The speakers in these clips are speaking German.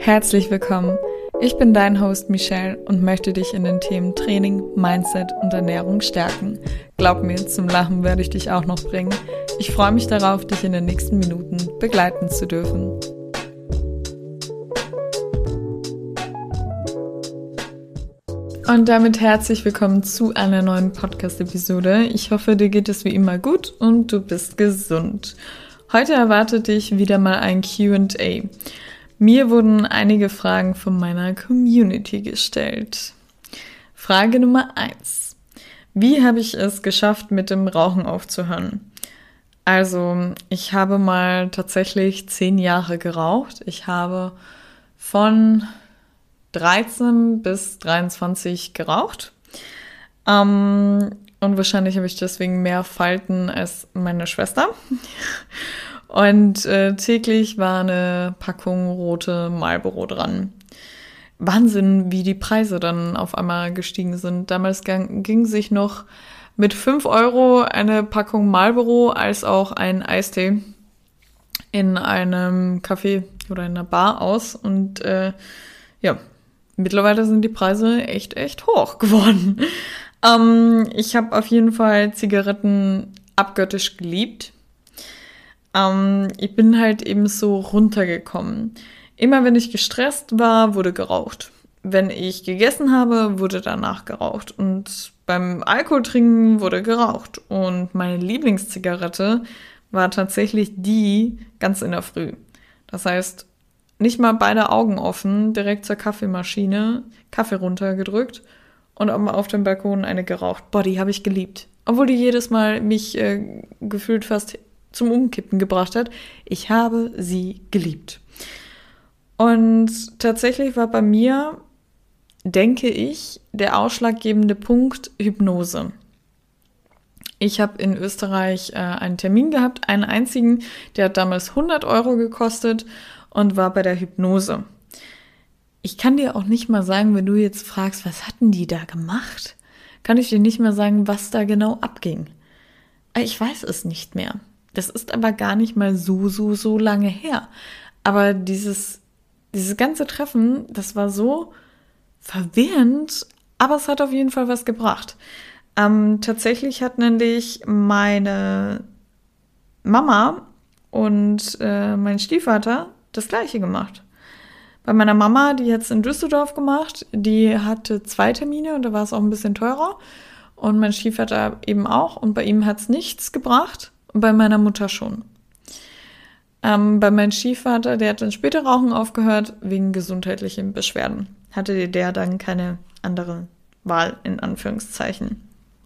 Herzlich willkommen. Ich bin dein Host Michelle und möchte dich in den Themen Training, Mindset und Ernährung stärken. Glaub mir, zum Lachen werde ich dich auch noch bringen. Ich freue mich darauf, dich in den nächsten Minuten begleiten zu dürfen. Und damit herzlich willkommen zu einer neuen Podcast-Episode. Ich hoffe, dir geht es wie immer gut und du bist gesund. Heute erwartet dich wieder mal ein Q&A. Mir wurden einige Fragen von meiner Community gestellt. Frage Nummer 1. Wie habe ich es geschafft, mit dem Rauchen aufzuhören? Also, ich habe mal tatsächlich 10 Jahre geraucht. Ich habe von 13 bis 23 geraucht. Und wahrscheinlich habe ich deswegen mehr Falten als meine Schwester. Und täglich war eine Packung rote Marlboro dran. Wahnsinn, wie die Preise dann auf einmal gestiegen sind. Damals ging sich noch mit 5 Euro eine Packung Marlboro als auch ein Eistee in einem Café oder in einer Bar aus. Und mittlerweile sind die Preise echt hoch geworden. Ich habe auf jeden Fall Zigaretten abgöttisch geliebt. Ich bin halt eben so runtergekommen. Immer wenn ich gestresst war, wurde geraucht. Wenn ich gegessen habe, wurde danach geraucht. Und beim Alkohol trinken wurde geraucht. Und meine Lieblingszigarette war tatsächlich die ganz in der Früh. Das heißt, nicht mal beide Augen offen, direkt zur Kaffeemaschine, Kaffee runtergedrückt und auch mal auf dem Balkon eine geraucht. Boah, die habe ich geliebt. Obwohl die jedes Mal mich gefühlt fast zum Umkippen gebracht hat. Ich habe sie geliebt. Und tatsächlich war bei mir, denke ich, der ausschlaggebende Punkt Hypnose. Ich habe in Österreich einen Termin gehabt, einen einzigen, der hat damals 100 Euro gekostet und war bei der Hypnose. Ich kann dir auch nicht mal sagen, wenn du jetzt fragst, was hatten die da gemacht, kann ich dir nicht mal sagen, was da genau abging. Ich weiß es nicht mehr. Das ist aber gar nicht mal so lange her. Aber dieses ganze Treffen, das war so verwirrend, aber es hat auf jeden Fall was gebracht. Tatsächlich hat nämlich meine Mama und mein Stiefvater das Gleiche gemacht. Bei meiner Mama, die hat es in Düsseldorf gemacht, die hatte 2 Termine und da war es auch ein bisschen teurer. Und mein Stiefvater eben auch und bei ihm hat es nichts gebracht. Und bei meiner Mutter schon. Bei meinem Stiefvater, der hat dann später Rauchen aufgehört, wegen gesundheitlichen Beschwerden. Hatte der dann keine andere Wahl, in Anführungszeichen.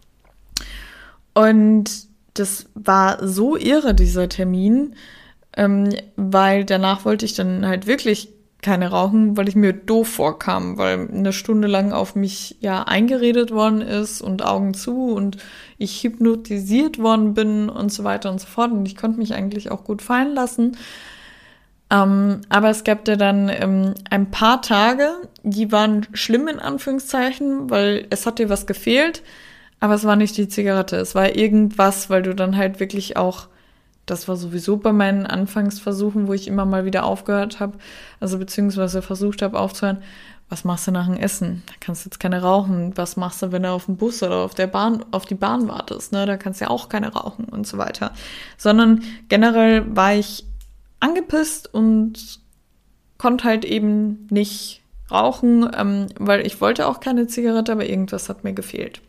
Und das war so irre, dieser Termin, weil danach wollte ich dann halt wirklich keine rauchen, weil ich mir doof vorkam, weil eine Stunde lang auf mich ja eingeredet worden ist und Augen zu und ich hypnotisiert worden bin und so weiter und so fort und ich konnte mich eigentlich auch gut fallen lassen. Aber es gab ja dann ein paar Tage, die waren schlimm in Anführungszeichen, weil es hat dir was gefehlt, aber es war nicht die Zigarette, es war irgendwas, weil du dann halt wirklich auch, das war sowieso bei meinen Anfangsversuchen, wo ich immer mal wieder aufgehört habe, also beziehungsweise versucht habe aufzuhören, was machst du nach dem Essen? Da kannst du jetzt keine rauchen. Was machst du, wenn du auf den Bus oder auf die Bahn wartest? Ne? Da kannst du ja auch keine rauchen und so weiter. Sondern generell war ich angepisst und konnte halt eben nicht rauchen, weil ich wollte auch keine Zigarette, aber irgendwas hat mir gefehlt.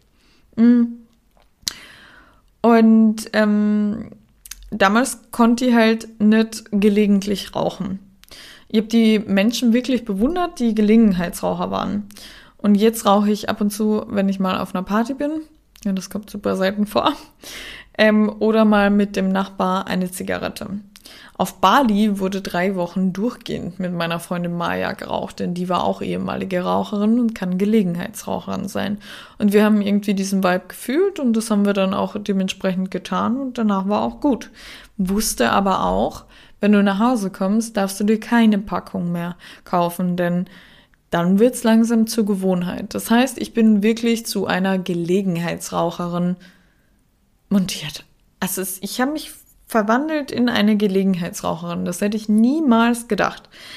Und damals konnte ich halt nicht gelegentlich rauchen. Ich habe die Menschen wirklich bewundert, die Gelegenheitsraucher waren. Und jetzt rauche ich ab und zu, wenn ich mal auf einer Party bin. Ja, das kommt super selten vor. Oder mal mit dem Nachbar eine Zigarette. Auf Bali wurde 3 Wochen durchgehend mit meiner Freundin Maya geraucht, denn die war auch ehemalige Raucherin und kann Gelegenheitsraucherin sein. Und wir haben irgendwie diesen Vibe gefühlt und das haben wir dann auch dementsprechend getan und danach war auch gut. Wusste aber auch, wenn du nach Hause kommst, darfst du dir keine Packung mehr kaufen, denn dann wird's langsam zur Gewohnheit. Das heißt, ich bin wirklich zu einer Gelegenheitsraucherin montiert. Also ich habe mich verwandelt in eine Gelegenheitsraucherin. Das hätte ich niemals gedacht.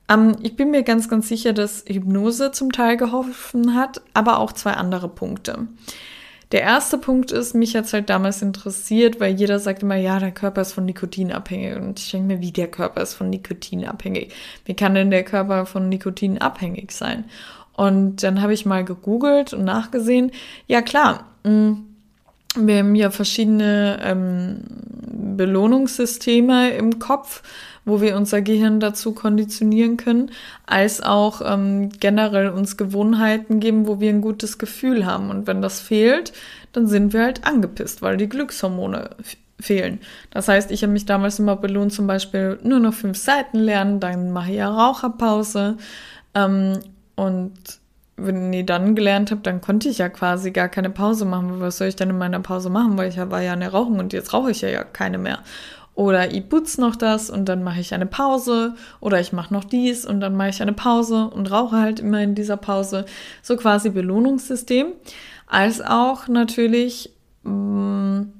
Ich bin mir ganz, ganz sicher, dass Hypnose zum Teil geholfen hat, aber auch 2 andere Punkte. Der erste Punkt ist, mich hat es halt damals interessiert, weil jeder sagt immer, ja, der Körper ist von Nikotin abhängig. Und ich denke mir, wie der Körper ist von Nikotin abhängig? Wie kann denn der Körper von Nikotin abhängig sein? Und dann habe ich mal gegoogelt und nachgesehen, ja klar, wir haben ja verschiedene Belohnungssysteme im Kopf, wo wir unser Gehirn dazu konditionieren können, als auch generell uns Gewohnheiten geben, wo wir ein gutes Gefühl haben. Und wenn das fehlt, dann sind wir halt angepisst, weil die Glückshormone fehlen. Das heißt, ich habe mich damals immer belohnt, zum Beispiel nur noch 5 Seiten lernen, dann mache ich ja Raucherpause. Und wenn ich dann gelernt habe, dann konnte ich ja quasi gar keine Pause machen. Was soll ich denn in meiner Pause machen? Weil ich war ja eine Rauchen und jetzt rauche ich ja keine mehr. Oder ich putze noch das und dann mache ich eine Pause. Oder ich mache noch dies und dann mache ich eine Pause und rauche halt immer in dieser Pause. So quasi Belohnungssystem. Als auch natürlich, wenn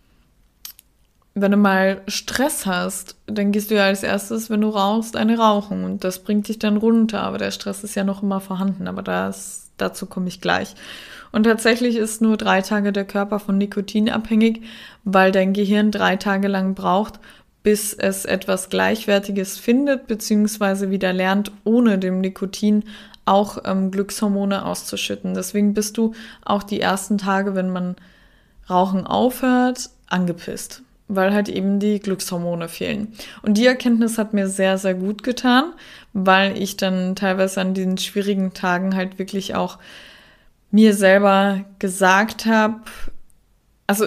du mal Stress hast, dann gehst du ja als erstes, wenn du rauchst, eine rauchen. Und das bringt dich dann runter. Aber der Stress ist ja noch immer vorhanden. Aber dazu komme ich gleich. Und tatsächlich ist nur 3 Tage der Körper von Nikotin abhängig, weil dein Gehirn 3 Tage lang braucht, bis es etwas Gleichwertiges findet, beziehungsweise wieder lernt, ohne dem Nikotin auch Glückshormone auszuschütten. Deswegen bist du auch die ersten Tage, wenn man Rauchen aufhört, angepisst, weil halt eben die Glückshormone fehlen. Und die Erkenntnis hat mir sehr, sehr gut getan, weil ich dann teilweise an diesen schwierigen Tagen halt wirklich auch mir selber gesagt habe, also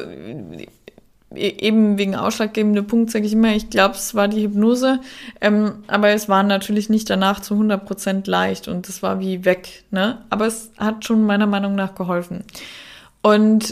eben wegen ausschlaggebenden Punkt sage ich immer, ich glaube, es war die Hypnose, aber es war natürlich nicht danach zu 100% leicht und es war wie weg, ne? Aber es hat schon meiner Meinung nach geholfen. Und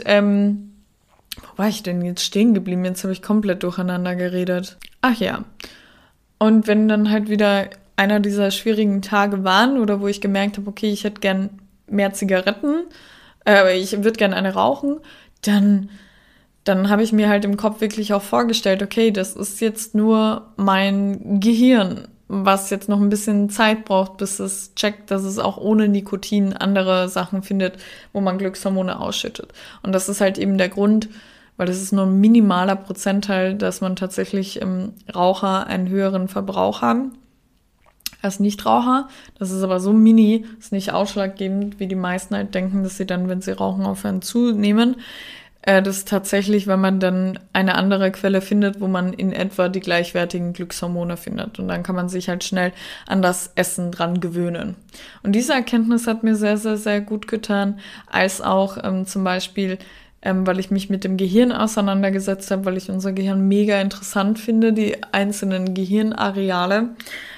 wo war ich denn jetzt stehen geblieben? Jetzt habe ich komplett durcheinander geredet. Ach ja. Und wenn dann halt wieder einer dieser schwierigen Tage waren oder wo ich gemerkt habe, okay, ich hätte gern mehr Zigaretten, ich würde gerne eine rauchen, dann habe ich mir halt im Kopf wirklich auch vorgestellt, okay, das ist jetzt nur mein Gehirn, was jetzt noch ein bisschen Zeit braucht, bis es checkt, dass es auch ohne Nikotin andere Sachen findet, wo man Glückshormone ausschüttet. Und das ist halt eben der Grund, weil das ist nur ein minimaler Prozentteil, dass man tatsächlich im Raucher einen höheren Verbrauch haben als Nichtraucher. Das ist aber so mini, ist nicht ausschlaggebend, wie die meisten halt denken, dass sie dann, wenn sie rauchen, aufhören zunehmen. Das ist tatsächlich, wenn man dann eine andere Quelle findet, wo man in etwa die gleichwertigen Glückshormone findet. Und dann kann man sich halt schnell an das Essen dran gewöhnen. Und diese Erkenntnis hat mir sehr, sehr, sehr gut getan, als auch zum Beispiel, weil ich mich mit dem Gehirn auseinandergesetzt habe, weil ich unser Gehirn mega interessant finde, die einzelnen Gehirnareale,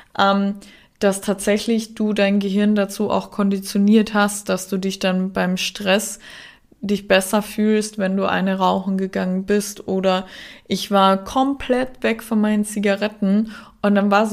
dass tatsächlich du dein Gehirn dazu auch konditioniert hast, dass du dich dann beim Stress dich besser fühlst, wenn du eine rauchen gegangen bist. Oder ich war komplett weg von meinen Zigaretten und dann war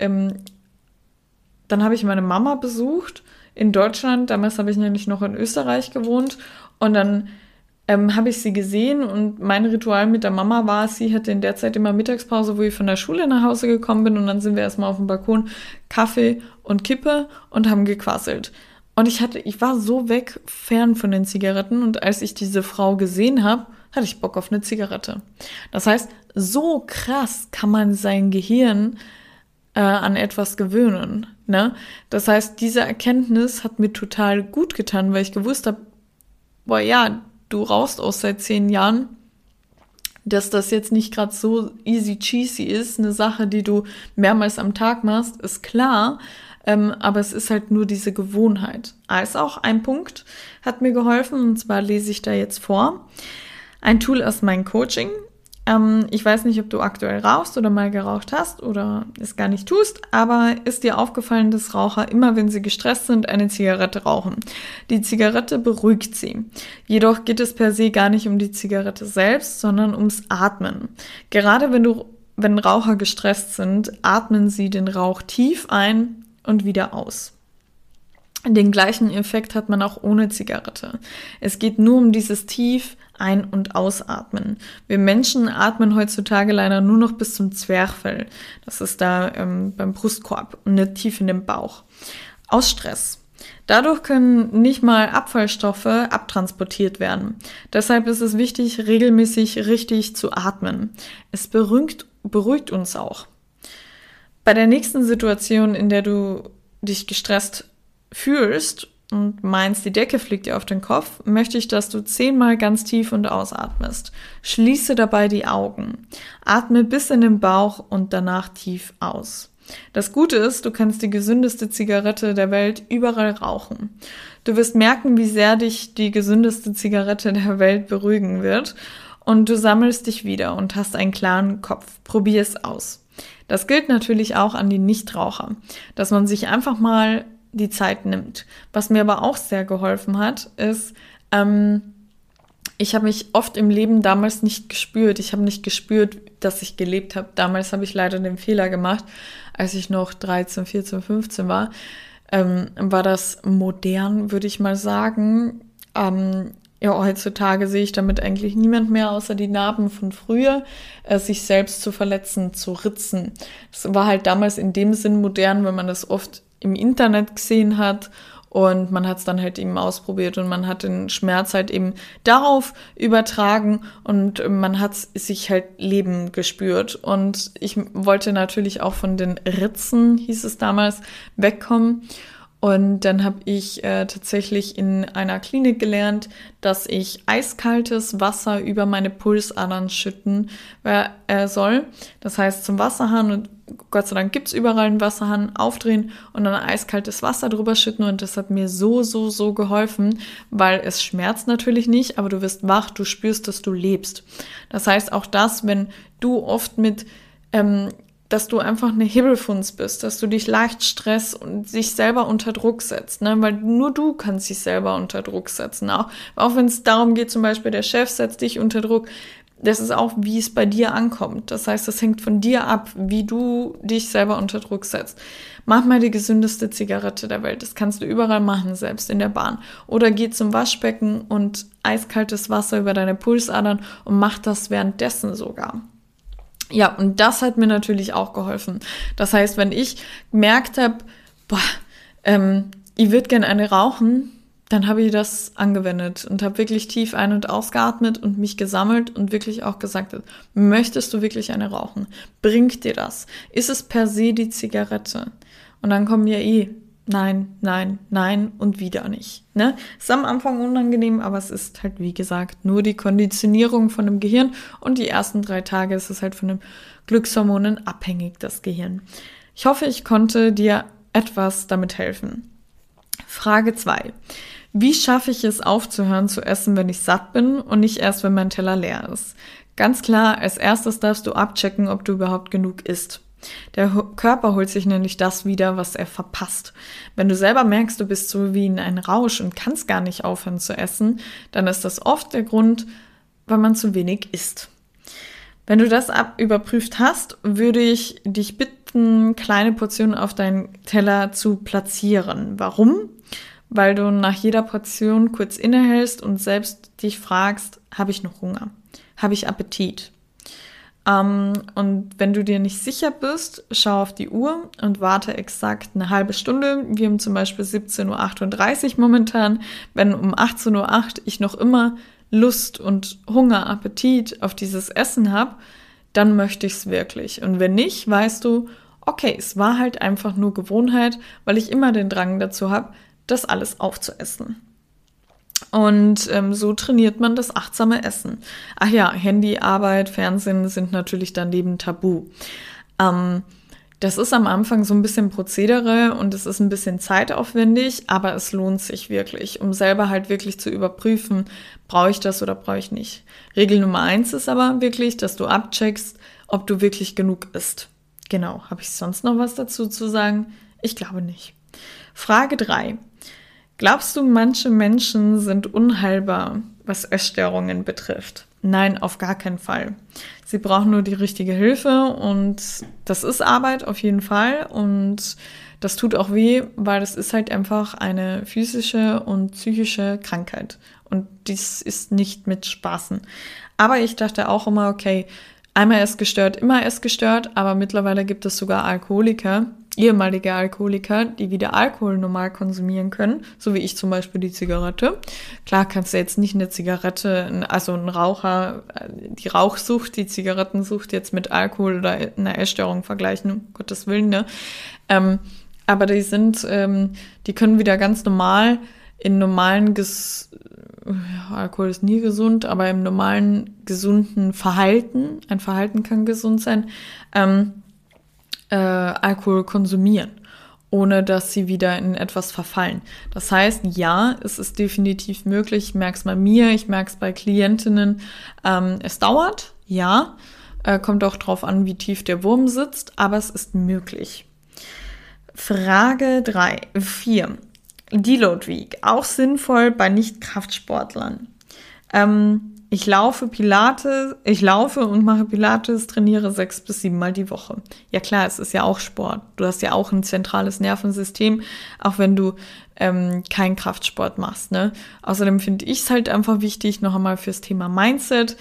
dann habe ich meine Mama besucht in Deutschland. Damals habe ich nämlich noch in Österreich gewohnt und dann habe ich sie gesehen und mein Ritual mit der Mama war, sie hatte in der Zeit immer Mittagspause, wo ich von der Schule nach Hause gekommen bin und dann sind wir erstmal auf dem Balkon Kaffee und Kippe und haben gequasselt. Und ich war so weg, fern von den Zigaretten und als ich diese Frau gesehen habe, hatte ich Bock auf eine Zigarette. Das heißt, so krass kann man sein Gehirn an etwas gewöhnen, ne? Das heißt, diese Erkenntnis hat mir total gut getan, weil ich gewusst habe, boah ja, du rauchst auch seit 10 Jahren, dass das jetzt nicht gerade so easy cheesy ist, eine Sache, die du mehrmals am Tag machst, ist klar, aber es ist halt nur diese Gewohnheit. Als auch ein Punkt hat mir geholfen, und zwar lese ich da jetzt vor. Ein Tool aus meinem Coaching. Ich weiß nicht, ob du aktuell rauchst oder mal geraucht hast oder es gar nicht tust, aber ist dir aufgefallen, dass Raucher immer, wenn sie gestresst sind, eine Zigarette rauchen? Die Zigarette beruhigt sie. Jedoch geht es per se gar nicht um die Zigarette selbst, sondern ums Atmen. Gerade wenn Raucher gestresst sind, atmen sie den Rauch tief ein und wieder aus. Den gleichen Effekt hat man auch ohne Zigarette. Es geht nur um dieses tief ein- und ausatmen. Wir Menschen atmen heutzutage leider nur noch bis zum Zwerchfell. Das ist da beim Brustkorb und nicht tief in den Bauch. Aus Stress. Dadurch können nicht mal Abfallstoffe abtransportiert werden. Deshalb ist es wichtig, regelmäßig richtig zu atmen. Es beruhigt uns auch. Bei der nächsten Situation, in der du dich gestresst fühlst und meinst, die Decke fliegt dir auf den Kopf, möchte ich, dass du 10-mal ganz tief und ausatmest. Schließe dabei die Augen. Atme bis in den Bauch und danach tief aus. Das Gute ist, du kannst die gesündeste Zigarette der Welt überall rauchen. Du wirst merken, wie sehr dich die gesündeste Zigarette der Welt beruhigen wird und du sammelst dich wieder und hast einen klaren Kopf. Probier es aus. Das gilt natürlich auch an die Nichtraucher, dass man sich einfach mal die Zeit nimmt. Was mir aber auch sehr geholfen hat, ist, ich habe mich oft im Leben damals nicht gespürt. Ich habe nicht gespürt, dass ich gelebt habe. Damals habe ich leider den Fehler gemacht, als ich noch 13, 14, 15 war. War das modern, würde ich mal sagen. Ja, heutzutage sehe ich damit eigentlich niemand mehr, außer die Narben von früher, sich selbst zu verletzen, zu ritzen. Das war halt damals in dem Sinn modern, wenn man das oft im Internet gesehen hat und man hat es dann halt eben ausprobiert und man hat den Schmerz halt eben darauf übertragen und man hat sich halt Leben gespürt. Und ich wollte natürlich auch von den Ritzen, hieß es damals, wegkommen. Und dann habe ich tatsächlich in einer Klinik gelernt, dass ich eiskaltes Wasser über meine Pulsadern schütten soll. Das heißt, zum Wasserhahn, und Gott sei Dank gibt's überall einen Wasserhahn, aufdrehen und dann eiskaltes Wasser drüber schütten. Und das hat mir so geholfen, weil es schmerzt natürlich nicht, aber du wirst wach, du spürst, dass du lebst. Das heißt auch das, wenn du oft mit dass du einfach eine Hebelfunz bist, dass du dich leicht stresst und sich selber unter Druck setzt, ne? Weil nur du kannst dich selber unter Druck setzen. Auch wenn es darum geht, zum Beispiel der Chef setzt dich unter Druck, das ist auch, wie es bei dir ankommt. Das heißt, das hängt von dir ab, wie du dich selber unter Druck setzt. Mach mal die gesündeste Zigarette der Welt. Das kannst du überall machen, selbst in der Bahn. Oder geh zum Waschbecken und eiskaltes Wasser über deine Pulsadern und mach das währenddessen sogar. Ja, und das hat mir natürlich auch geholfen. Das heißt, wenn ich gemerkt habe, ich würde gerne eine rauchen, dann habe ich das angewendet und habe wirklich tief ein- und ausgeatmet und mich gesammelt und wirklich auch gesagt, möchtest du wirklich eine rauchen? Bringt dir das? Ist es per se die Zigarette? Und dann kommen ja nein, nein, nein und wieder nicht. Ne? Ist am Anfang unangenehm, aber es ist halt, wie gesagt, nur die Konditionierung von dem Gehirn und die ersten 3 Tage ist es halt von den Glückshormonen abhängig, das Gehirn. Ich hoffe, ich konnte dir etwas damit helfen. Frage 2. Wie schaffe ich es aufzuhören zu essen, wenn ich satt bin und nicht erst, wenn mein Teller leer ist? Ganz klar, als erstes darfst du abchecken, ob du überhaupt genug isst. Der Körper holt sich nämlich das wieder, was er verpasst. Wenn du selber merkst, du bist so wie in einem Rausch und kannst gar nicht aufhören zu essen, dann ist das oft der Grund, weil man zu wenig isst. Wenn du das überprüft hast, würde ich dich bitten, kleine Portionen auf deinen Teller zu platzieren. Warum? Weil du nach jeder Portion kurz innehältst und selbst dich fragst, habe ich noch Hunger? Habe ich Appetit? Und wenn du dir nicht sicher bist, schau auf die Uhr und warte exakt eine halbe Stunde. Wir haben zum Beispiel 17:38 Uhr momentan. Wenn um 18:08 Uhr ich noch immer Lust und Hunger, Appetit auf dieses Essen habe, dann möchte ich es wirklich. Und wenn nicht, weißt du, okay, es war halt einfach nur Gewohnheit, weil ich immer den Drang dazu habe, das alles aufzuessen. Und so trainiert man das achtsame Essen. Ach ja, Handy, Arbeit, Fernsehen sind natürlich daneben tabu. Das ist am Anfang so ein bisschen Prozedere und es ist ein bisschen zeitaufwendig, aber es lohnt sich wirklich, um selber halt wirklich zu überprüfen, brauche ich das oder brauche ich nicht. Regel Nummer 1 ist aber wirklich, dass du abcheckst, ob du wirklich genug isst. Genau, habe ich sonst noch was dazu zu sagen? Ich glaube nicht. Frage 3. Glaubst du, manche Menschen sind unheilbar, was Essstörungen betrifft? Nein, auf gar keinen Fall. Sie brauchen nur die richtige Hilfe und das ist Arbeit auf jeden Fall und das tut auch weh, weil das ist halt einfach eine physische und psychische Krankheit Und dies ist nicht mit Spaßen. Aber ich dachte auch immer, okay, einmal Essgestört, immer Essgestört, aber mittlerweile gibt es sogar Alkoholiker, ehemalige Alkoholiker, die wieder Alkohol normal konsumieren können, so wie ich zum Beispiel die Zigarette. Klar kannst du jetzt nicht eine Zigarette, also ein Raucher, die Rauchsucht, die Zigarettensucht jetzt mit Alkohol oder einer Essstörung vergleichen, um Gottes Willen, ne? Aber die die können wieder ganz normal in normalen, Alkohol ist nie gesund, aber im normalen, gesunden Verhalten, ein Verhalten kann gesund sein, Alkohol konsumieren, ohne dass sie wieder in etwas verfallen. Das heißt, ja, es ist definitiv möglich. Ich merke es bei mir, ich merke es bei Klientinnen. Es dauert, ja, kommt auch drauf an, wie tief der Wurm sitzt, aber es ist möglich. Frage 4. Deload Week, auch sinnvoll bei Nicht-Kraftsportlern. Ich laufe und mache Pilates, trainiere 6 bis 7 Mal die Woche. Ja klar, es ist ja auch Sport. Du hast ja auch ein zentrales Nervensystem, auch wenn du keinen Kraftsport machst, ne? Außerdem finde ich es halt einfach wichtig, noch einmal fürs Thema Mindset,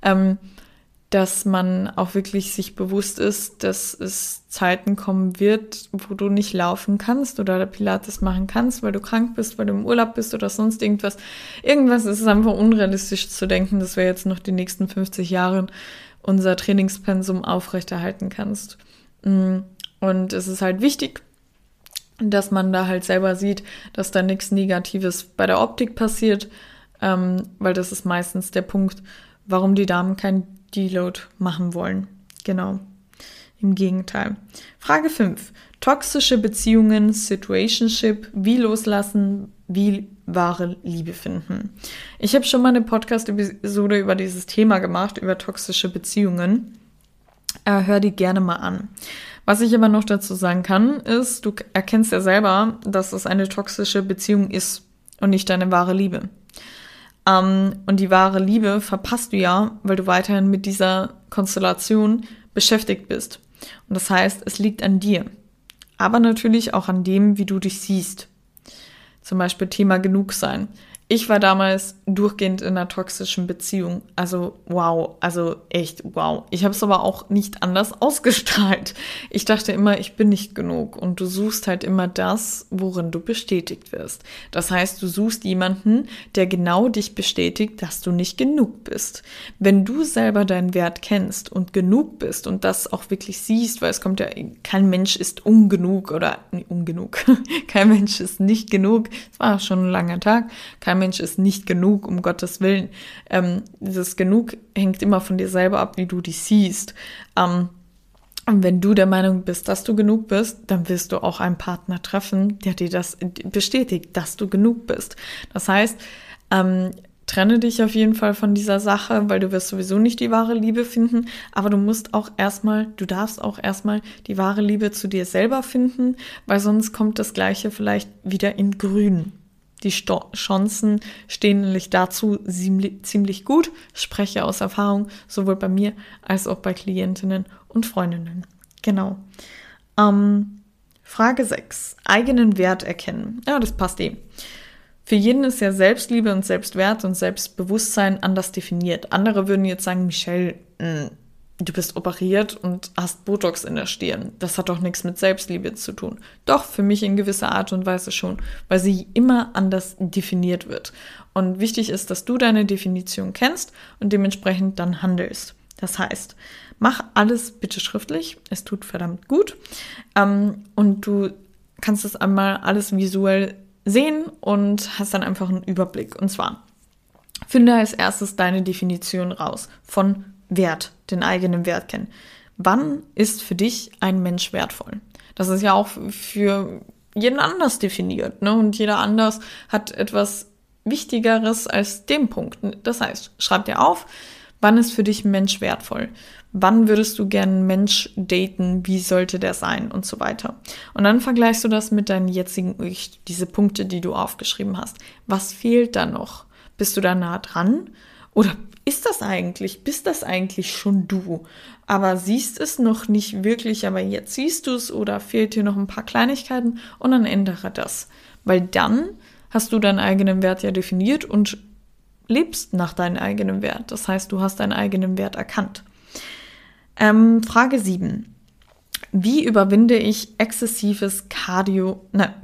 dass man auch wirklich sich bewusst ist, dass es Zeiten kommen wird, wo du nicht laufen kannst oder Pilates machen kannst, weil du krank bist, weil du im Urlaub bist oder sonst irgendwas. Irgendwas ist einfach unrealistisch zu denken, dass wir jetzt noch die nächsten 50 Jahre unser Trainingspensum aufrechterhalten kannst. Und es ist halt wichtig, dass man da halt selber sieht, dass da nichts Negatives bei der Optik passiert, weil das ist meistens der Punkt, warum die Damen kein Deload machen wollen. Genau. Im Gegenteil. Frage 5. Toxische Beziehungen, Situationship, wie loslassen, wie wahre Liebe finden. Ich habe schon mal eine Podcast-Episode über dieses Thema gemacht, über toxische Beziehungen. Hör die gerne mal an. Was ich aber noch dazu sagen kann, ist, du erkennst ja selber, dass es eine toxische Beziehung ist und nicht deine wahre Liebe. Und die wahre Liebe verpasst du ja, weil du weiterhin mit dieser Konstellation beschäftigt bist. Und das heißt, es liegt an dir. Aber natürlich auch an dem, wie du dich siehst. Zum Beispiel Thema Genugsein. Ich war damals durchgehend in einer toxischen Beziehung. Also wow, also echt wow. Ich habe es aber auch nicht anders ausgestrahlt. Ich dachte immer, ich bin nicht genug. Und du suchst halt immer das, worin du bestätigt wirst. Das heißt, du suchst jemanden, der genau dich bestätigt, dass du nicht genug bist. Wenn du selber deinen Wert kennst und genug bist und das auch wirklich siehst, weil es kommt ja, kein Mensch ist ungenug oder ungenug. Kein Mensch ist nicht genug. Es war schon ein langer Tag. Kein Mensch ist nicht genug, um Gottes Willen. Dieses Genug hängt immer von dir selber ab, wie du dich siehst. Und wenn du der Meinung bist, dass du genug bist, dann wirst du auch einen Partner treffen, der dir das bestätigt, dass du genug bist. Das heißt, trenne dich auf jeden Fall von dieser Sache, weil du wirst sowieso nicht die wahre Liebe finden, aber du darfst auch erstmal die wahre Liebe zu dir selber finden, weil sonst kommt das Gleiche vielleicht wieder in Grün. Die Chancen stehen nämlich dazu ziemlich gut. Ich spreche aus Erfahrung, sowohl bei mir als auch bei Klientinnen und Freundinnen. Genau. Frage 6. Eigenen Wert erkennen. Ja, das passt eh. Für jeden ist ja Selbstliebe und Selbstwert und Selbstbewusstsein anders definiert. Andere würden jetzt sagen, Michelle, du bist operiert und hast Botox in der Stirn. Das hat doch nichts mit Selbstliebe zu tun. Doch, für mich in gewisser Art und Weise schon, weil sie immer anders definiert wird. Und wichtig ist, dass du deine Definition kennst und dementsprechend dann handelst. Das heißt, mach alles bitte schriftlich. Es tut verdammt gut. Und du kannst es einmal alles visuell sehen und hast dann einfach einen Überblick. Und zwar, finde als erstes deine Definition raus von Wert, den eigenen Wert kennen. Wann ist für dich ein Mensch wertvoll? Das ist ja auch für jeden anders definiert, ne? Und jeder anders hat etwas Wichtigeres als den Punkt. Das heißt, schreib dir auf, wann ist für dich ein Mensch wertvoll? Wann würdest du gerne einen Mensch daten? Wie sollte der sein? Und so weiter. Und dann vergleichst du das mit deinen jetzigen Ich, diese Punkte, die du aufgeschrieben hast. Was fehlt da noch? Bist du da nah dran? Oder bist das eigentlich schon du? Aber siehst es noch nicht wirklich, aber jetzt siehst du es oder fehlt dir noch ein paar Kleinigkeiten und dann ändere das. Weil dann hast du deinen eigenen Wert ja definiert und lebst nach deinem eigenen Wert. Das heißt, du hast deinen eigenen Wert erkannt. Frage 7. Wie überwinde ich exzessives Cardio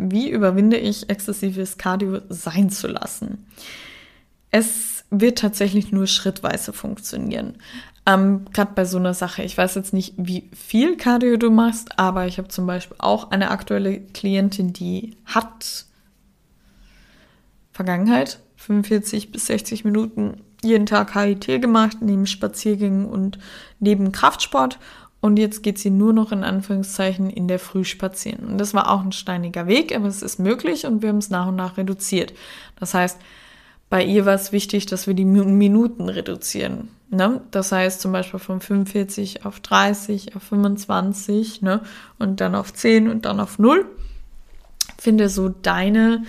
sein zu lassen? Es wird tatsächlich nur schrittweise funktionieren. Gerade bei so einer Sache, ich weiß jetzt nicht, wie viel Cardio du machst, aber ich habe zum Beispiel auch eine aktuelle Klientin, die hat Vergangenheit 45 bis 60 Minuten jeden Tag HIIT gemacht, neben Spaziergängen und neben Kraftsport. Und jetzt geht sie nur noch in Anführungszeichen in der Früh spazieren. Und das war auch ein steiniger Weg, aber es ist möglich und wir haben es nach und nach reduziert. Das heißt, bei ihr war es wichtig, dass wir die Minuten reduzieren. Ne? Das heißt zum Beispiel von 45 auf 30, auf 25, ne? Und dann auf 10 und dann auf 0. Finde so dein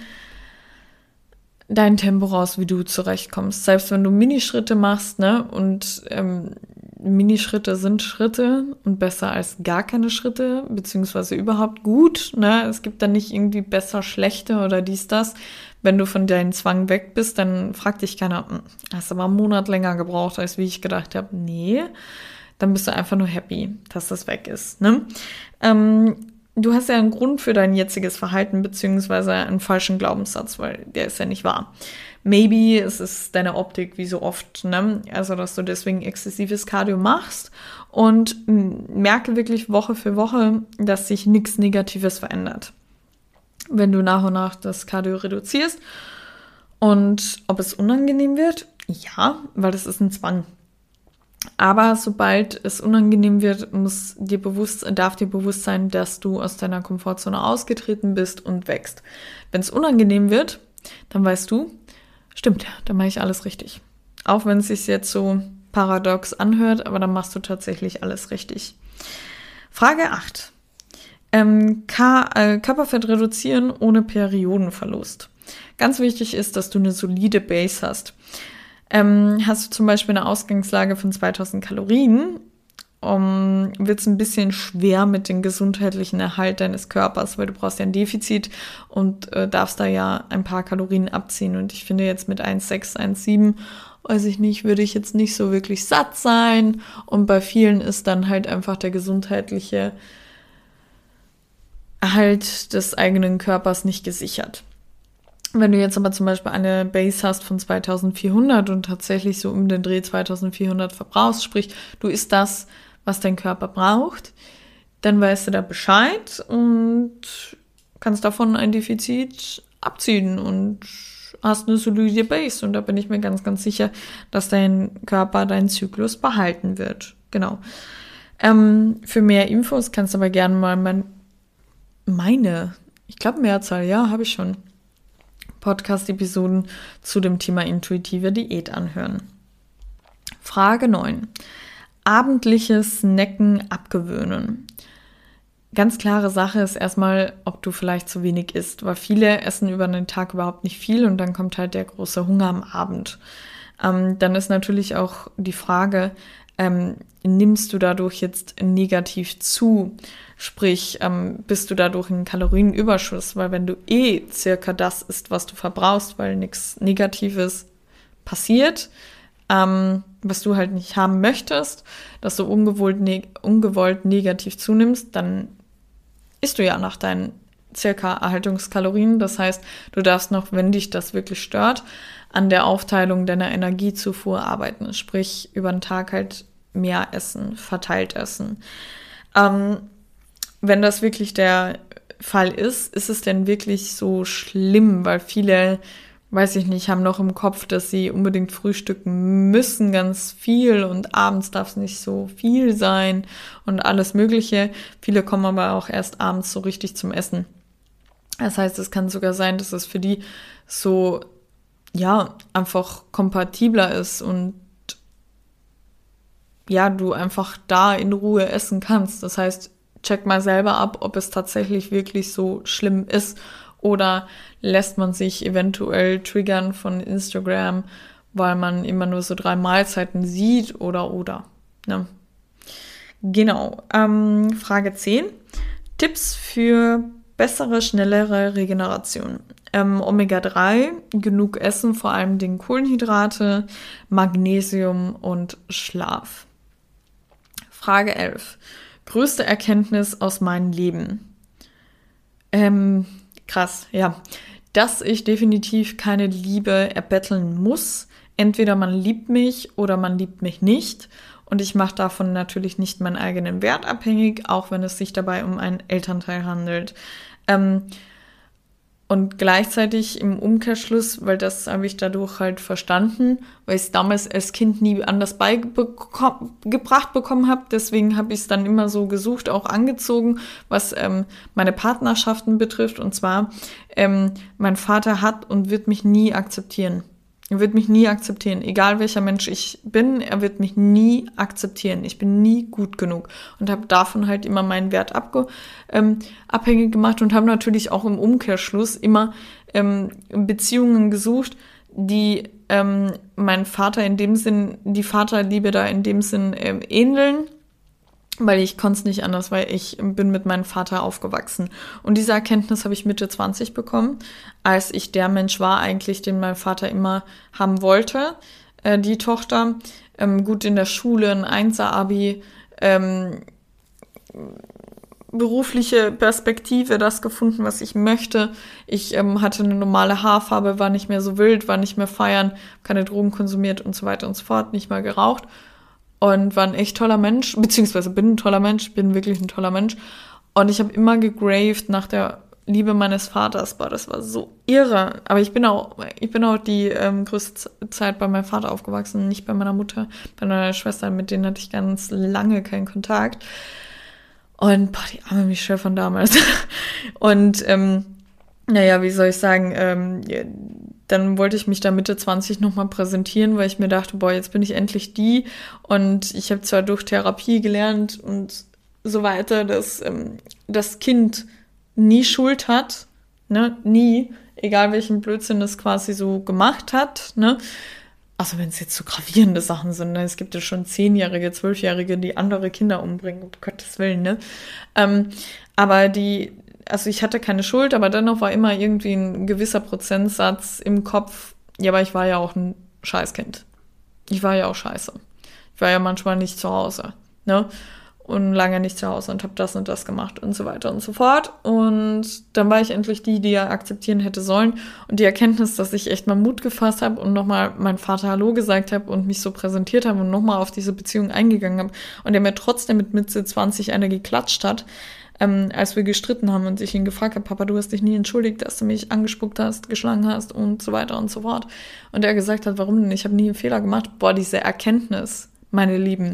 Tempo raus, wie du zurechtkommst. Selbst wenn du Minischritte machst, ne? Und Minischritte sind Schritte und besser als gar keine Schritte, beziehungsweise überhaupt gut, ne? Es gibt dann nicht irgendwie besser, schlechter oder dies, das. Wenn du von deinem Zwang weg bist, dann fragt dich keiner, hast aber einen Monat länger gebraucht, als wie ich gedacht habe. Nee, dann bist du einfach nur happy, dass das weg ist, ne? Du hast ja einen Grund für dein jetziges Verhalten, beziehungsweise einen falschen Glaubenssatz, weil der ist ja nicht wahr. Maybe es ist deine Optik, wie so oft, ne? Also, dass du deswegen exzessives Cardio machst und merke wirklich Woche für Woche, dass sich nichts Negatives verändert. Wenn du nach und nach das Cardio reduzierst und ob es unangenehm wird? Ja, weil das ist ein Zwang. Aber sobald es unangenehm wird, darf dir bewusst sein, dass du aus deiner Komfortzone ausgetreten bist und wächst. Wenn es unangenehm wird, dann weißt du, stimmt, dann mache ich alles richtig. Auch wenn es sich jetzt so paradox anhört, aber dann machst du tatsächlich alles richtig. Frage 8. Körperfett reduzieren ohne Periodenverlust. Ganz wichtig ist, dass du eine solide Base hast. Hast du zum Beispiel eine Ausgangslage von 2000 Kalorien, wird es ein bisschen schwer mit dem gesundheitlichen Erhalt deines Körpers, weil du brauchst ja ein Defizit und darfst da ja ein paar Kalorien abziehen. Und ich finde jetzt mit 1,6, 1,7, weiß ich nicht, würde ich jetzt nicht so wirklich satt sein. Und bei vielen ist dann halt einfach der gesundheitliche Erhalt des eigenen Körpers nicht gesichert. Wenn du jetzt aber zum Beispiel eine Base hast von 2400 und tatsächlich so um den Dreh 2400 verbrauchst, sprich, du isst das, was dein Körper braucht, dann weißt du da Bescheid und kannst davon ein Defizit abziehen und hast eine solide Base. Und da bin ich mir ganz, ganz sicher, dass dein Körper deinen Zyklus behalten wird. Genau. Für mehr Infos kannst du aber gerne mal ich glaube Mehrzahl, ja, habe ich schon, Podcast-Episoden zu dem Thema intuitive Diät anhören. Frage 9. Abendliches Snacken abgewöhnen. Ganz klare Sache ist erstmal, ob du vielleicht zu wenig isst, weil viele essen über den Tag überhaupt nicht viel und dann kommt halt der große Hunger am Abend. Dann ist natürlich auch die Frage, nimmst du dadurch jetzt negativ zu? Sprich, bist du dadurch in Kalorienüberschuss? Weil wenn du circa das isst, was du verbrauchst, weil nichts Negatives passiert, was du halt nicht haben möchtest, dass du ungewollt negativ zunimmst, dann isst du ja nach deinen circa Erhaltungskalorien. Das heißt, du darfst noch, wenn dich das wirklich stört, an der Aufteilung deiner Energiezufuhr arbeiten. Sprich, über den Tag halt mehr essen, verteilt essen. Wenn das wirklich der Fall ist es denn wirklich so schlimm? Weil viele, weiß ich nicht, haben noch im Kopf, dass sie unbedingt frühstücken müssen, ganz viel und abends darf es nicht so viel sein und alles Mögliche. Viele kommen aber auch erst abends so richtig zum Essen. Das heißt, es kann sogar sein, dass es für die so, ja, einfach kompatibler ist und ja, du einfach da in Ruhe essen kannst. Das heißt, check mal selber ab, ob es tatsächlich wirklich so schlimm ist oder lässt man sich eventuell triggern von Instagram, weil man immer nur so 3 Mahlzeiten sieht oder. Ne? Genau. Frage 10. Tipps für bessere, schnellere Regeneration. Omega-3, genug Essen, vor allem den Kohlenhydrate, Magnesium und Schlaf. Frage 11. Größte Erkenntnis aus meinem Leben. Krass, ja. Dass ich definitiv keine Liebe erbetteln muss. Entweder man liebt mich oder man liebt mich nicht. Und ich mache davon natürlich nicht meinen eigenen Wert abhängig, auch wenn es sich dabei um einen Elternteil handelt. Und gleichzeitig im Umkehrschluss, weil das habe ich dadurch halt verstanden, weil ich es damals als Kind nie anders beigebracht bekommen habe. Deswegen habe ich es dann immer so gesucht, auch angezogen, was meine Partnerschaften betrifft. Und zwar, mein Vater hat und wird mich nie akzeptieren. Er wird mich nie akzeptieren, egal welcher Mensch ich bin, er wird mich nie akzeptieren. Ich bin nie gut genug und habe davon halt immer meinen Wert abhängig gemacht und habe natürlich auch im Umkehrschluss immer Beziehungen gesucht, die meinen Vater in dem Sinn, die Vaterliebe da in dem Sinn ähneln. Weil ich konnte es nicht anders, weil ich bin mit meinem Vater aufgewachsen. Und diese Erkenntnis habe ich Mitte 20 bekommen, als ich der Mensch war eigentlich, den mein Vater immer haben wollte. Die Tochter, gut in der Schule, ein 1er-Abi, berufliche Perspektive, das gefunden, was ich möchte. Ich hatte eine normale Haarfarbe, war nicht mehr so wild, war nicht mehr feiern, keine Drogen konsumiert und so weiter und so fort, nicht mal geraucht. Und war ein echt toller Mensch, beziehungsweise bin ein toller Mensch, bin wirklich ein toller Mensch. Und ich habe immer gegraved nach der Liebe meines Vaters. Boah, das war so irre. Aber ich bin auch die größte Zeit bei meinem Vater aufgewachsen, nicht bei meiner Mutter, bei meiner Schwester, mit denen hatte ich ganz lange keinen Kontakt. Und boah, die arme Michelle von damals. Und naja, wie soll ich sagen, dann wollte ich mich da Mitte 20 nochmal präsentieren, weil ich mir dachte, boah, jetzt bin ich endlich die. Und ich habe zwar durch Therapie gelernt und so weiter, dass das Kind nie Schuld hat, ne, nie, egal welchen Blödsinn das quasi so gemacht hat, ne. Also wenn es jetzt so gravierende Sachen sind, ne, es gibt ja schon 10-Jährige, 12-Jährige, die andere Kinder umbringen, um Gottes Willen, ne. Aber also ich hatte keine Schuld, aber dennoch war immer irgendwie ein gewisser Prozentsatz im Kopf, ja, aber ich war ja auch ein Scheißkind. Ich war ja auch scheiße. Ich war ja manchmal nicht zu Hause, ne? Und lange nicht zu Hause und habe das und das gemacht und so weiter und so fort. Und dann war ich endlich die er akzeptieren hätte sollen. Und die Erkenntnis, dass ich echt mal Mut gefasst habe und nochmal meinem Vater Hallo gesagt habe und mich so präsentiert habe und nochmal auf diese Beziehung eingegangen habe und er mir trotzdem mit Mitte 20 eine geklatscht hat, als wir gestritten haben und ich ihn gefragt habe, Papa, du hast dich nie entschuldigt, dass du mich angespuckt hast, geschlagen hast und so weiter und so fort. Und er gesagt hat, warum denn? Ich habe nie einen Fehler gemacht. Boah, diese Erkenntnis, meine Lieben,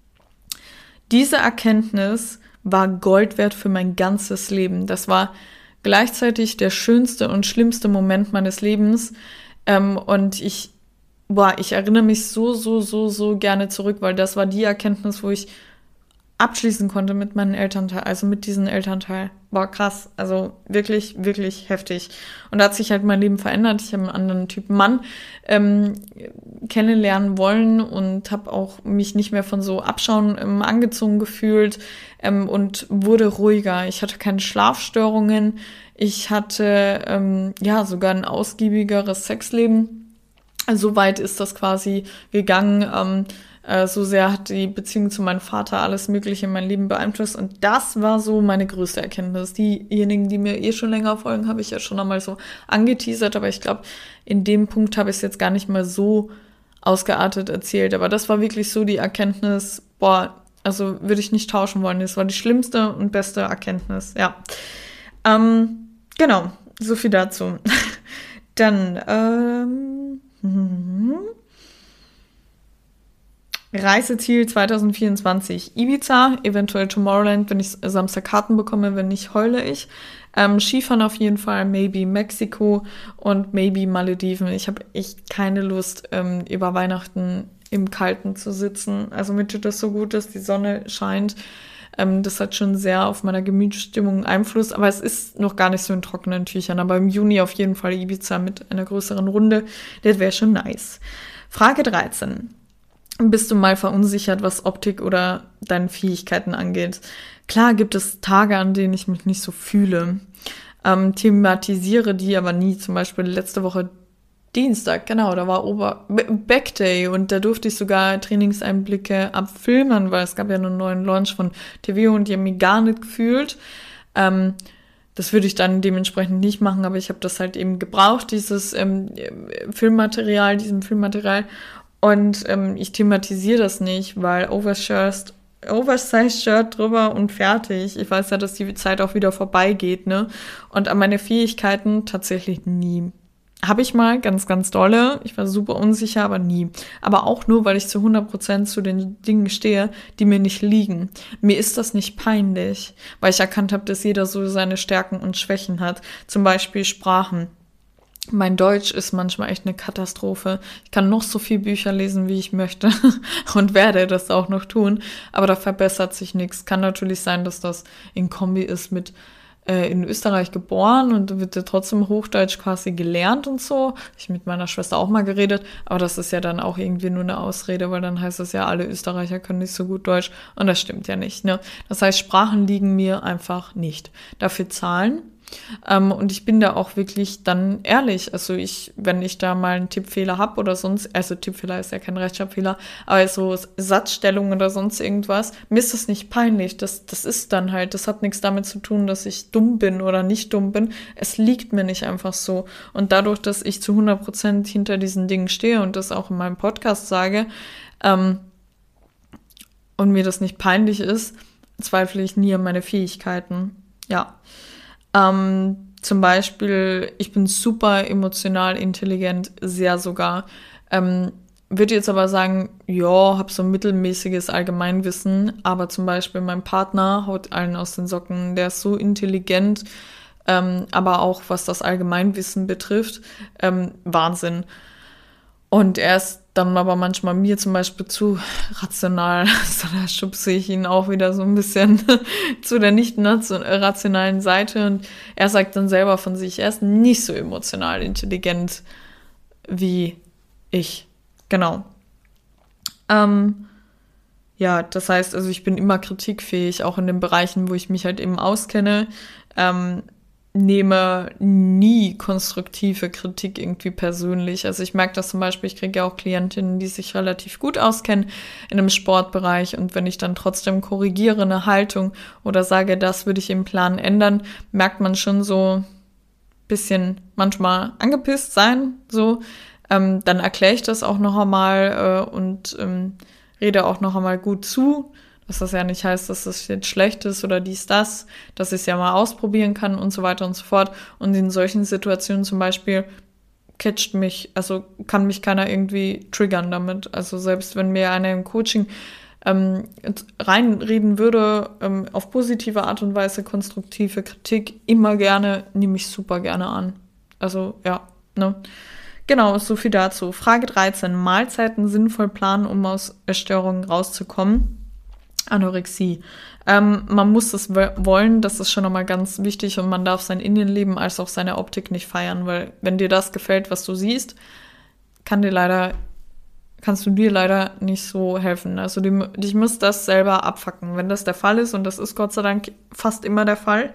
diese Erkenntnis war Gold wert für mein ganzes Leben. Das war gleichzeitig der schönste und schlimmste Moment meines Lebens. Und ich erinnere mich so gerne zurück, weil das war die Erkenntnis, wo ich abschließen konnte mit meinem Elternteil, also mit diesem Elternteil. War krass, also wirklich, wirklich heftig. Und da hat sich halt mein Leben verändert. Ich habe einen anderen Typ Mann kennenlernen wollen und habe auch mich nicht mehr von so Abschauen angezogen gefühlt und wurde ruhiger. Ich hatte keine Schlafstörungen. Ich hatte sogar ein ausgiebigeres Sexleben. So weit ist das quasi gegangen. So sehr hat die Beziehung zu meinem Vater alles Mögliche in mein Leben beeinflusst. Und das war so meine größte Erkenntnis. Diejenigen, die mir schon länger folgen, habe ich ja schon einmal so angeteasert. Aber ich glaube, in dem Punkt habe ich es jetzt gar nicht mal so ausgeartet erzählt. Aber das war wirklich so die Erkenntnis, boah, also würde ich nicht tauschen wollen. Das war die schlimmste und beste Erkenntnis, ja. Genau, so viel dazu. Dann, Reiseziel 2024 Ibiza, eventuell Tomorrowland, wenn ich Samstag Karten bekomme, wenn nicht, heule ich. Skifahren auf jeden Fall, maybe Mexiko und maybe Malediven. Ich habe echt keine Lust, über Weihnachten im Kalten zu sitzen. Also mir tut das so gut, dass die Sonne scheint. Das hat schon sehr auf meiner Gemütsstimmung Einfluss, aber es ist noch gar nicht so in trockenen Tüchern. Aber im Juni auf jeden Fall Ibiza mit einer größeren Runde, das wäre schon nice. Frage 13. bist du mal verunsichert, was Optik oder deine Fähigkeiten angeht? Klar gibt es Tage, an denen ich mich nicht so fühle. Thematisiere die aber nie. Zum Beispiel letzte Woche Dienstag, genau, da war Backday und da durfte ich sogar Trainingseinblicke abfilmen, weil es gab ja einen neuen Launch von TV und die haben mich gar nicht gefühlt. Das würde ich dann dementsprechend nicht machen, aber ich habe das halt eben gebraucht, dieses Filmmaterial. Und ich thematisiere das nicht, weil Oversize-Shirt drüber und fertig. Ich weiß ja, dass die Zeit auch wieder vorbeigeht, ne? Und an meine Fähigkeiten tatsächlich nie. Habe ich mal, ganz, ganz dolle. Ich war super unsicher, aber nie. Aber auch nur, weil ich zu 100% zu den Dingen stehe, die mir nicht liegen. Mir ist das nicht peinlich, weil ich erkannt habe, dass jeder so seine Stärken und Schwächen hat. Zum Beispiel Sprachen. Mein Deutsch ist manchmal echt eine Katastrophe. Ich kann noch so viel Bücher lesen, wie ich möchte und werde das auch noch tun, aber da verbessert sich nichts. Kann natürlich sein, dass das in Kombi ist mit in Österreich geboren und wird ja trotzdem Hochdeutsch quasi gelernt und so. Ich mit meiner Schwester auch mal geredet, aber das ist ja dann auch irgendwie nur eine Ausrede, weil dann heißt es ja, alle Österreicher können nicht so gut Deutsch und das stimmt ja nicht, ne? Das heißt, Sprachen liegen mir einfach nicht. Dafür Zahlen. Und ich bin da auch wirklich dann ehrlich. Also wenn ich da mal einen Tippfehler habe oder sonst, also Tippfehler ist ja kein Rechtschreibfehler, aber so Satzstellung oder sonst irgendwas, mir ist das nicht peinlich. Das ist dann halt, das hat nichts damit zu tun, dass ich dumm bin oder nicht dumm bin. Es liegt mir nicht einfach so. Und dadurch, dass ich zu 100% hinter diesen Dingen stehe und das auch in meinem Podcast sage, und mir das nicht peinlich ist, zweifle ich nie an meine Fähigkeiten. Ja. Zum Beispiel, ich bin super emotional intelligent, sehr sogar. Würde jetzt aber sagen, ja, habe so ein mittelmäßiges Allgemeinwissen, aber zum Beispiel mein Partner haut allen aus den Socken, der ist so intelligent, aber auch was das Allgemeinwissen betrifft, Wahnsinn. Und er ist dann aber manchmal mir zum Beispiel zu rational, so da schubse ich ihn auch wieder so ein bisschen zu der nicht rationalen Seite und er sagt dann selber von sich, er ist nicht so emotional intelligent wie ich. Genau. Ja, das heißt, also ich bin immer kritikfähig, auch in den Bereichen, wo ich mich halt eben auskenne. Nehme nie konstruktive Kritik irgendwie persönlich. Also ich merke das zum Beispiel, ich kriege ja auch Klientinnen, die sich relativ gut auskennen in einem Sportbereich und wenn ich dann trotzdem korrigiere eine Haltung oder sage, das würde ich im Plan ändern, merkt man schon so ein bisschen manchmal angepisst sein, so. Dann erkläre ich das auch noch einmal und rede auch noch einmal gut zu, dass das ja nicht heißt, dass das jetzt schlecht ist oder das, dass ich es ja mal ausprobieren kann und so weiter und so fort. Und in solchen Situationen zum Beispiel catcht mich, also kann mich keiner irgendwie triggern damit. Also selbst wenn mir einer im Coaching reinreden würde, auf positive Art und Weise, konstruktive Kritik, immer gerne, nehme ich super gerne an. Also ja, ne? Genau, so viel dazu. Frage 13. Mahlzeiten sinnvoll planen, um aus Essstörungen rauszukommen. Anorexie. Man muss es wollen, das ist schon nochmal ganz wichtig und man darf sein Innenleben als auch seine Optik nicht feiern, weil wenn dir das gefällt, was du siehst, kannst du dir leider nicht so helfen. Also dich muss das selber abfacken. Wenn das der Fall ist, und das ist Gott sei Dank fast immer der Fall,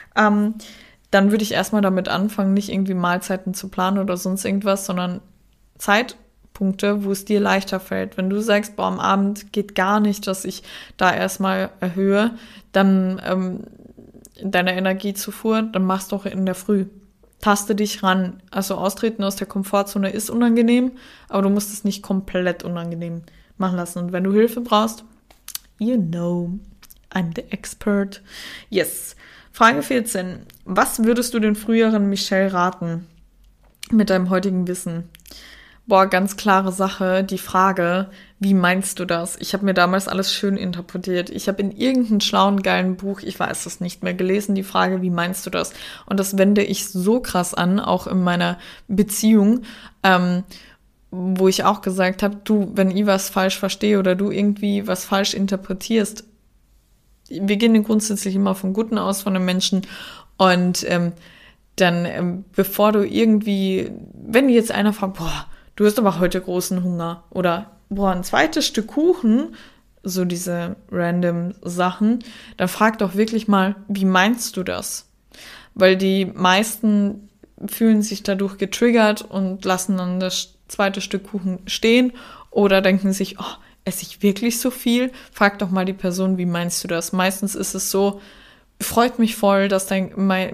dann würde ich erstmal damit anfangen, nicht irgendwie Mahlzeiten zu planen oder sonst irgendwas, sondern Zeitpunkte, wo es dir leichter fällt. Wenn du sagst, boah, am Abend geht gar nicht, dass ich da erstmal erhöhe, dann deine Energiezufuhr, dann mach's doch in der Früh. Taste dich ran. Also austreten aus der Komfortzone ist unangenehm, aber du musst es nicht komplett unangenehm machen lassen. Und wenn du Hilfe brauchst, you know, I'm the expert. Yes. Frage 14. Was würdest du den früheren Michelle raten mit deinem heutigen Wissen? Boah, ganz klare Sache, die Frage, wie meinst du das? Ich habe mir damals alles schön interpretiert. Ich habe in irgendeinem schlauen, geilen Buch, ich weiß es nicht mehr, gelesen, die Frage, wie meinst du das? Und das wende ich so krass an, auch in meiner Beziehung, wo ich auch gesagt habe, du, wenn ich was falsch verstehe oder du irgendwie was falsch interpretierst, wir gehen grundsätzlich immer vom Guten aus von den Menschen und dann, bevor du irgendwie, wenn jetzt einer fragt, boah, du hast aber heute großen Hunger oder boah, ein zweites Stück Kuchen, so diese random Sachen, dann frag doch wirklich mal, wie meinst du das? Weil die meisten fühlen sich dadurch getriggert und lassen dann das zweite Stück Kuchen stehen oder denken sich, oh, esse ich wirklich so viel? Frag doch mal die Person, wie meinst du das? Meistens ist es so, freut mich voll, dass dir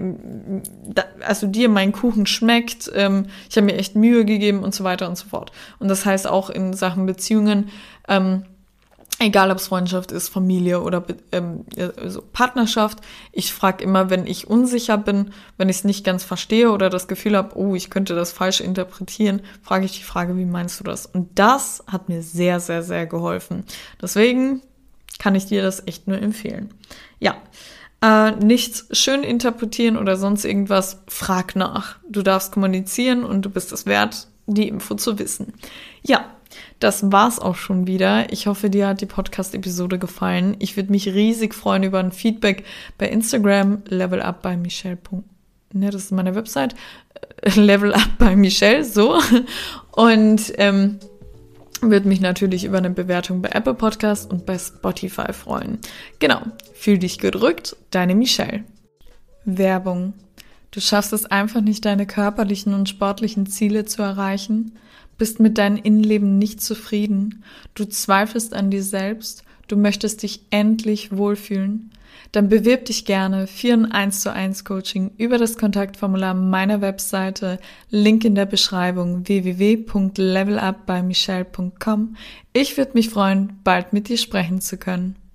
mein Kuchen schmeckt. Ich habe mir echt Mühe gegeben und so weiter und so fort. Und das heißt auch in Sachen Beziehungen, egal ob es Freundschaft ist, Familie oder also Partnerschaft, ich frage immer, wenn ich unsicher bin, wenn ich es nicht ganz verstehe oder das Gefühl habe, oh, ich könnte das falsch interpretieren, frage ich die Frage, wie meinst du das? Und das hat mir sehr, sehr, sehr geholfen. Deswegen kann ich dir das echt nur empfehlen. Ja, nichts schön interpretieren oder sonst irgendwas, frag nach. Du darfst kommunizieren und du bist es wert, die Info zu wissen. Ja, das war's auch schon wieder. Ich hoffe, dir hat die Podcast-Episode gefallen. Ich würde mich riesig freuen über ein Feedback bei Instagram, levelupbymichelle. Ne, das ist meine Website. Levelupbymichelle, so. Und würde mich natürlich über eine Bewertung bei Apple Podcast und bei Spotify freuen. Genau, fühl dich gedrückt, deine Michelle. Werbung. Du schaffst es einfach nicht, deine körperlichen und sportlichen Ziele zu erreichen, bist mit deinem Innenleben nicht zufrieden, du zweifelst an dir selbst, du möchtest dich endlich wohlfühlen, dann bewirb dich gerne für ein 1:1 Coaching über das Kontaktformular meiner Webseite, Link in der Beschreibung www.levelupbymichelle.com. Ich würde mich freuen, bald mit dir sprechen zu können.